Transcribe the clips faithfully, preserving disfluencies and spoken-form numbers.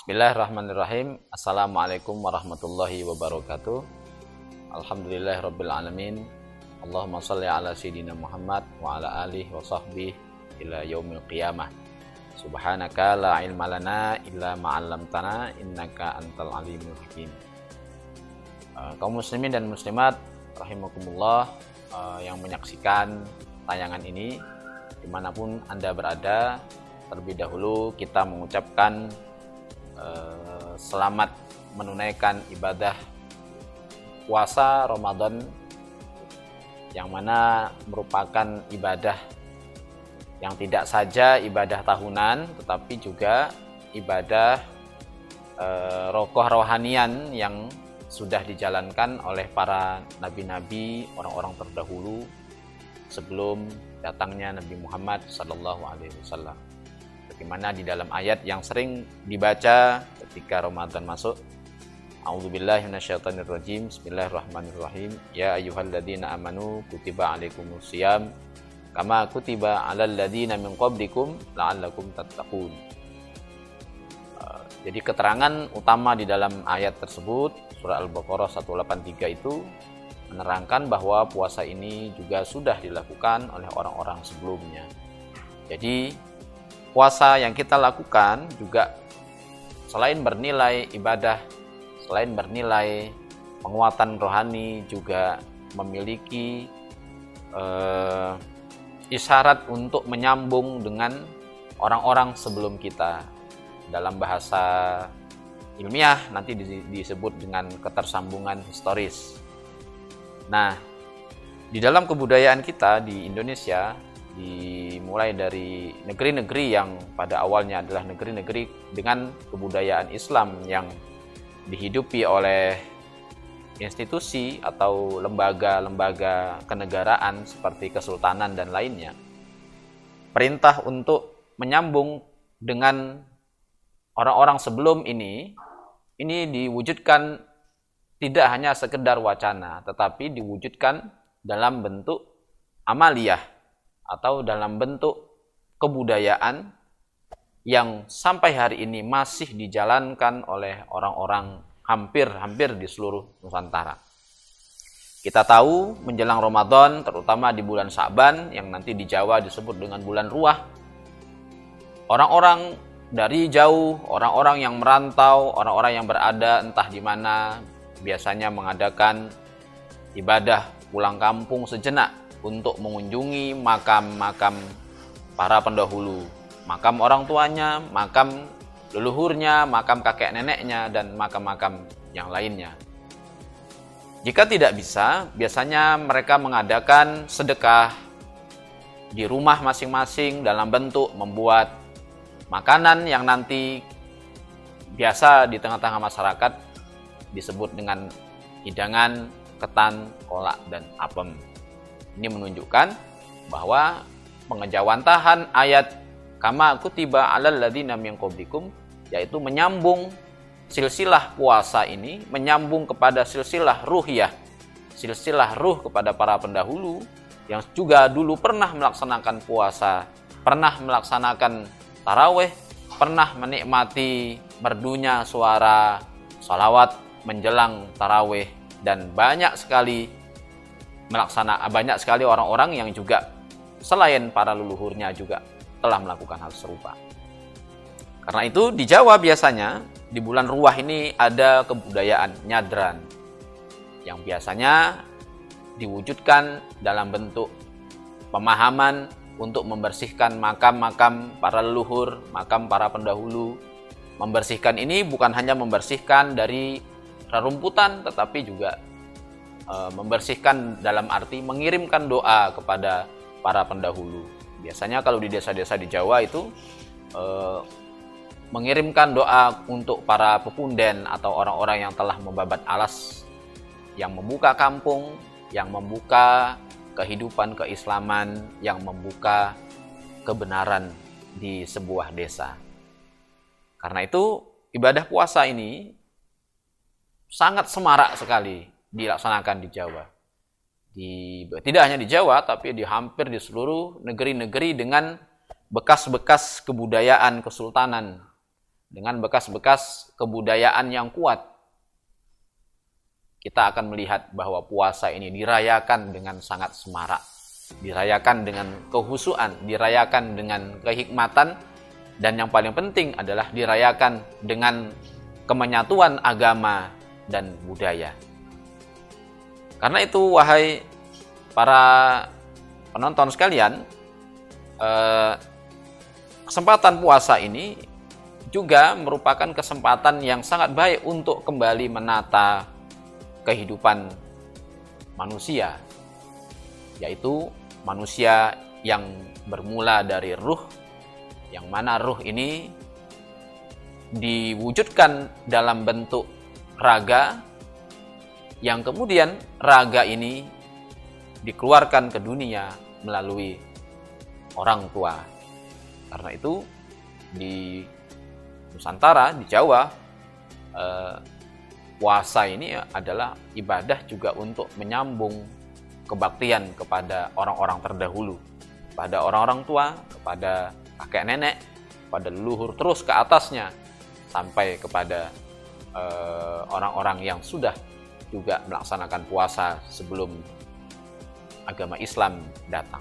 Bismillahirrahmanirrahim. Assalamualaikum warahmatullahi wabarakatuh. Alhamdulillahirabbil alamin. Allahumma shalli ala sayyidina Muhammad wa ala alihi wa sahbihi ila yaumil qiyamah. Subhanaka la ilma lana illa ma 'allamtana innaka antal alimul hakim. Uh, kaum muslimin dan muslimat rahimakumullah, uh, yang menyaksikan tayangan ini dimanapun Anda berada, terlebih dahulu kita mengucapkan Uh, selamat menunaikan ibadah puasa Ramadan, yang mana merupakan ibadah yang tidak saja ibadah tahunan, tetapi juga ibadah uh, rokoh rohanian yang sudah dijalankan oleh para nabi-nabi, orang-orang terdahulu sebelum datangnya Nabi Muhammad sallallahu alaihi wasallam. Bagaimana di dalam ayat yang sering dibaca ketika Ramadan masuk, A'udzubillahi minasyaitonirrajim, Bismillahirrahmanirrahim, ya ayyuhalladzina amanu kutiba alaikumusiyam kama kutiba alal ladzina min qablikum la'allakum tattaqun. Jadi keterangan utama di dalam ayat tersebut, surah Al-Baqarah seratus delapan puluh tiga itu menerangkan bahwa puasa ini juga sudah dilakukan oleh orang-orang sebelumnya. Jadi puasa yang kita lakukan juga selain bernilai ibadah, selain bernilai penguatan rohani, juga memiliki eh, isyarat untuk menyambung dengan orang-orang sebelum kita. Dalam bahasa ilmiah nanti disebut dengan ketersambungan historis. Nah, di dalam kebudayaan kita di Indonesia, dimulai dari negeri-negeri yang pada awalnya adalah negeri-negeri dengan kebudayaan Islam yang dihidupi oleh institusi atau lembaga-lembaga kenegaraan seperti kesultanan dan lainnya. Perintah untuk menyambung dengan orang-orang sebelum ini, ini diwujudkan tidak hanya sekedar wacana, tetapi diwujudkan dalam bentuk amaliyah atau dalam bentuk kebudayaan yang sampai hari ini masih dijalankan oleh orang-orang hampir-hampir di seluruh Nusantara. Kita tahu menjelang Ramadan, terutama di bulan Sya'ban yang nanti di Jawa disebut dengan bulan Ruah, orang-orang dari jauh, orang-orang yang merantau, orang-orang yang berada entah di mana, biasanya mengadakan ibadah pulang kampung sejenak untuk mengunjungi makam-makam para pendahulu, makam orang tuanya, makam leluhurnya, makam kakek neneknya, dan makam-makam yang lainnya. Jika tidak bisa, biasanya mereka mengadakan sedekah di rumah masing-masing dalam bentuk membuat makanan yang nanti biasa di tengah-tengah masyarakat disebut dengan hidangan, ketan, kolak, dan apem. Ini menunjukkan bahwa pengejawantahan ayat kama kutiba alal ladzina min qablikum, yaitu menyambung silsilah puasa ini, menyambung kepada silsilah ruhiyah, silsilah ruh kepada para pendahulu yang juga dulu pernah melaksanakan puasa, pernah melaksanakan tarawih, pernah menikmati merdunya suara salawat menjelang tarawih, dan banyak sekali melaksana banyak sekali orang-orang yang juga selain para leluhurnya juga telah melakukan hal serupa. Karena itu di Jawa biasanya di bulan Ruah ini ada kebudayaan nyadran yang biasanya diwujudkan dalam bentuk pemahaman untuk membersihkan makam-makam para leluhur, makam para pendahulu. Membersihkan ini bukan hanya membersihkan dari rerumputan, tetapi juga membersihkan dalam arti mengirimkan doa kepada para pendahulu. Biasanya kalau di desa-desa di Jawa itu eh, mengirimkan doa untuk para pepunden atau orang-orang yang telah membabat alas, yang membuka kampung, yang membuka kehidupan keislaman, yang membuka kebenaran di sebuah desa. Karena itu ibadah puasa ini sangat semarak sekali dilaksanakan di Jawa. Di, tidak hanya di Jawa, tapi di hampir di seluruh negeri-negeri dengan bekas-bekas kebudayaan kesultanan dengan bekas-bekas kebudayaan yang kuat, kita akan melihat bahwa puasa ini dirayakan dengan sangat semarak, dirayakan dengan kehusuan, dirayakan dengan kehikmatan, dan yang paling penting adalah dirayakan dengan kemenyatuan agama dan budaya. Karena itu, wahai para penonton sekalian, eh, kesempatan puasa ini juga merupakan kesempatan yang sangat baik untuk kembali menata kehidupan manusia, yaitu manusia yang bermula dari ruh, yang mana ruh ini diwujudkan dalam bentuk raga, yang kemudian raga ini dikeluarkan ke dunia melalui orang tua. Karena itu di Nusantara, di Jawa, eh, puasa ini adalah ibadah juga untuk menyambung kebaktian kepada orang-orang terdahulu, kepada orang-orang tua, kepada kakek nenek, kepada leluhur, terus ke atasnya sampai kepada eh, orang-orang yang sudah juga melaksanakan puasa sebelum agama Islam datang.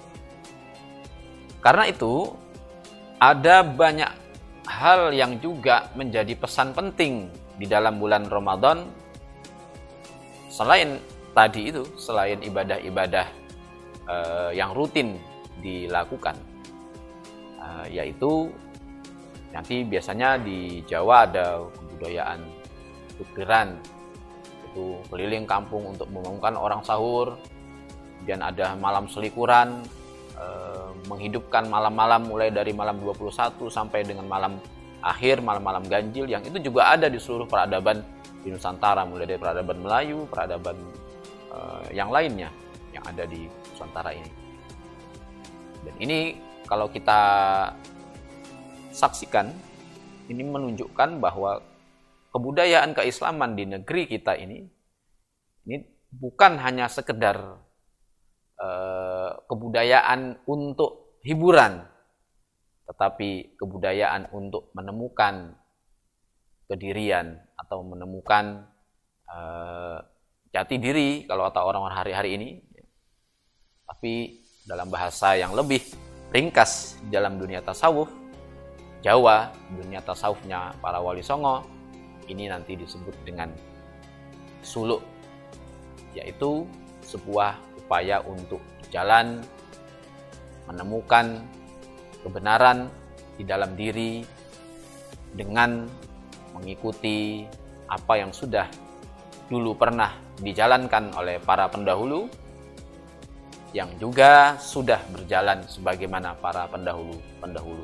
Karena itu, ada banyak hal yang juga menjadi pesan penting di dalam bulan Ramadan, selain tadi itu, selain ibadah-ibadah eh, yang rutin dilakukan, eh, yaitu nanti biasanya di Jawa ada kebudayaan tuktiran, itu keliling kampung untuk membangunkan orang sahur. Kemudian ada malam selikuran, eh, menghidupkan malam-malam mulai dari malam dua puluh satu sampai dengan malam akhir, malam-malam ganjil, yang itu juga ada di seluruh peradaban di Nusantara, mulai dari peradaban Melayu, peradaban eh, yang lainnya yang ada di Nusantara ini. Dan ini kalau kita saksikan, ini menunjukkan bahwa kebudayaan keislaman di negeri kita ini, ini bukan hanya sekedar eh, kebudayaan untuk hiburan, tetapi kebudayaan untuk menemukan kedirian atau menemukan eh, jati diri kalau kata orang-orang hari-hari ini. Tapi dalam bahasa yang lebih ringkas dalam dunia tasawuf Jawa, dunia tasawufnya para wali songo, ini nanti disebut dengan suluk, yaitu sebuah upaya untuk jalan menemukan kebenaran di dalam diri dengan mengikuti apa yang sudah dulu pernah dijalankan oleh para pendahulu, yang juga sudah berjalan sebagaimana para pendahulu-pendahulu.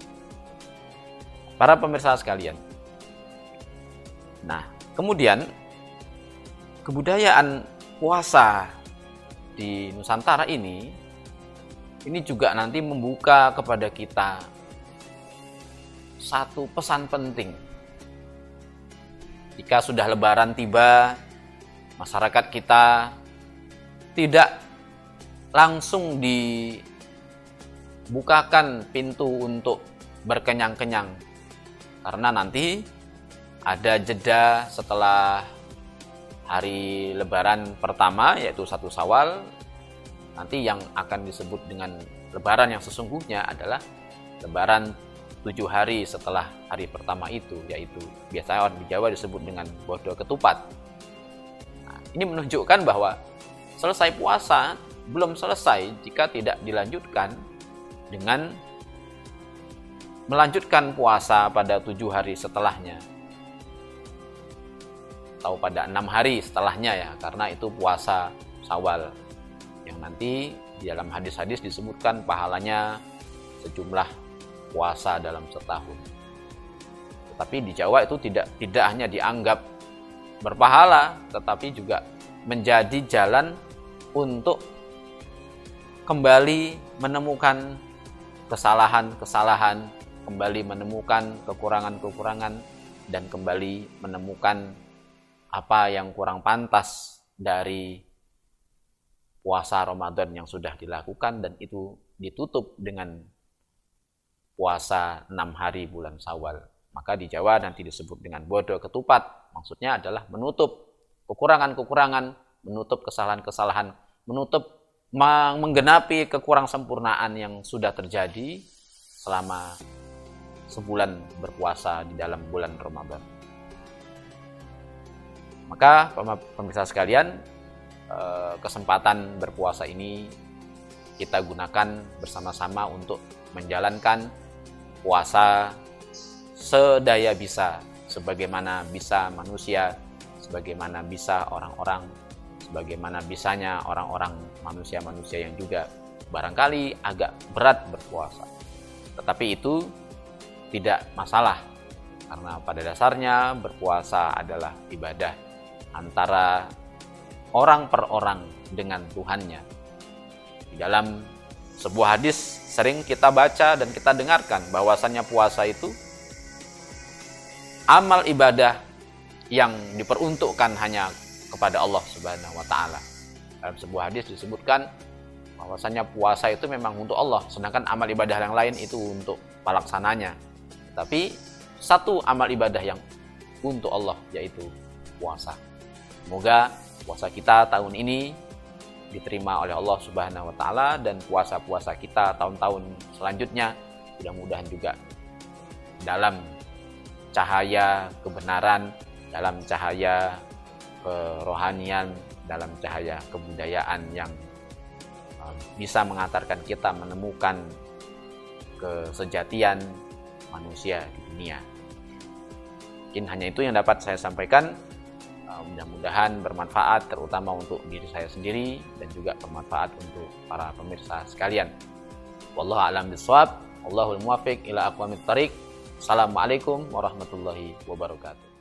Para pemirsa sekalian, nah, kemudian kebudayaan puasa di Nusantara ini, ini juga nanti membuka kepada kita satu pesan penting. Jika sudah Lebaran tiba, masyarakat kita tidak langsung dibukakan pintu untuk berkenyang-kenyang, karena nanti ada jeda setelah hari Lebaran pertama, yaitu satu Syawal. Nanti yang akan disebut dengan Lebaran yang sesungguhnya adalah Lebaran tujuh hari setelah hari pertama itu, yaitu biasanya di Jawa disebut dengan Bodo Ketupat. Nah, ini menunjukkan bahwa selesai puasa belum selesai jika tidak dilanjutkan dengan melanjutkan puasa pada tujuh hari setelahnya, atau pada enam hari setelahnya ya, karena itu puasa Syawal, yang nanti di dalam hadis-hadis disebutkan pahalanya sejumlah puasa dalam setahun. Tetapi di Jawa itu tidak tidak hanya dianggap berpahala, tetapi juga menjadi jalan untuk kembali menemukan kesalahan-kesalahan, kembali menemukan kekurangan-kekurangan, dan kembali menemukan apa yang kurang pantas dari puasa Ramadan yang sudah dilakukan, dan itu ditutup dengan puasa enam hari bulan Syawal. Maka di Jawa nanti disebut dengan bodo ketupat. Maksudnya adalah menutup kekurangan-kekurangan, menutup kesalahan-kesalahan, menutup menggenapi kekurang sempurnaan yang sudah terjadi selama sebulan berpuasa di dalam bulan Ramadan. Maka pemirsa sekalian, kesempatan berpuasa ini kita gunakan bersama-sama untuk menjalankan puasa sedaya bisa, sebagaimana bisa manusia, sebagaimana bisa orang-orang, sebagaimana bisanya orang-orang manusia-manusia yang juga barangkali agak berat berpuasa. Tetapi itu tidak masalah, karena pada dasarnya berpuasa adalah ibadah antara orang per orang dengan Tuhannya. Di dalam sebuah hadis sering kita baca dan kita dengarkan bahwasannya puasa itu amal ibadah yang diperuntukkan hanya kepada Allah Subhanahu wa taala. Dalam sebuah hadis disebutkan bahwasannya puasa itu memang untuk Allah, sedangkan amal ibadah yang lain itu untuk pelaksananya. Tapi satu amal ibadah yang untuk Allah, yaitu puasa. Semoga puasa kita tahun ini diterima oleh Allah Subhanahu wa taala, dan puasa-puasa kita tahun-tahun selanjutnya mudah-mudahan juga dalam cahaya kebenaran, dalam cahaya kerohanian, dalam cahaya kebudayaan yang bisa mengantarkan kita menemukan kesejatian manusia di dunia. Mungkin hanya itu yang dapat saya sampaikan. Mudah-mudahan bermanfaat, terutama untuk diri saya sendiri dan juga bermanfaat untuk para pemirsa sekalian. Wallahu a'lam bishawab. Wallahul muwaffiq ila aqwamit thariq. Assalamualaikum warahmatullahi wabarakatuh.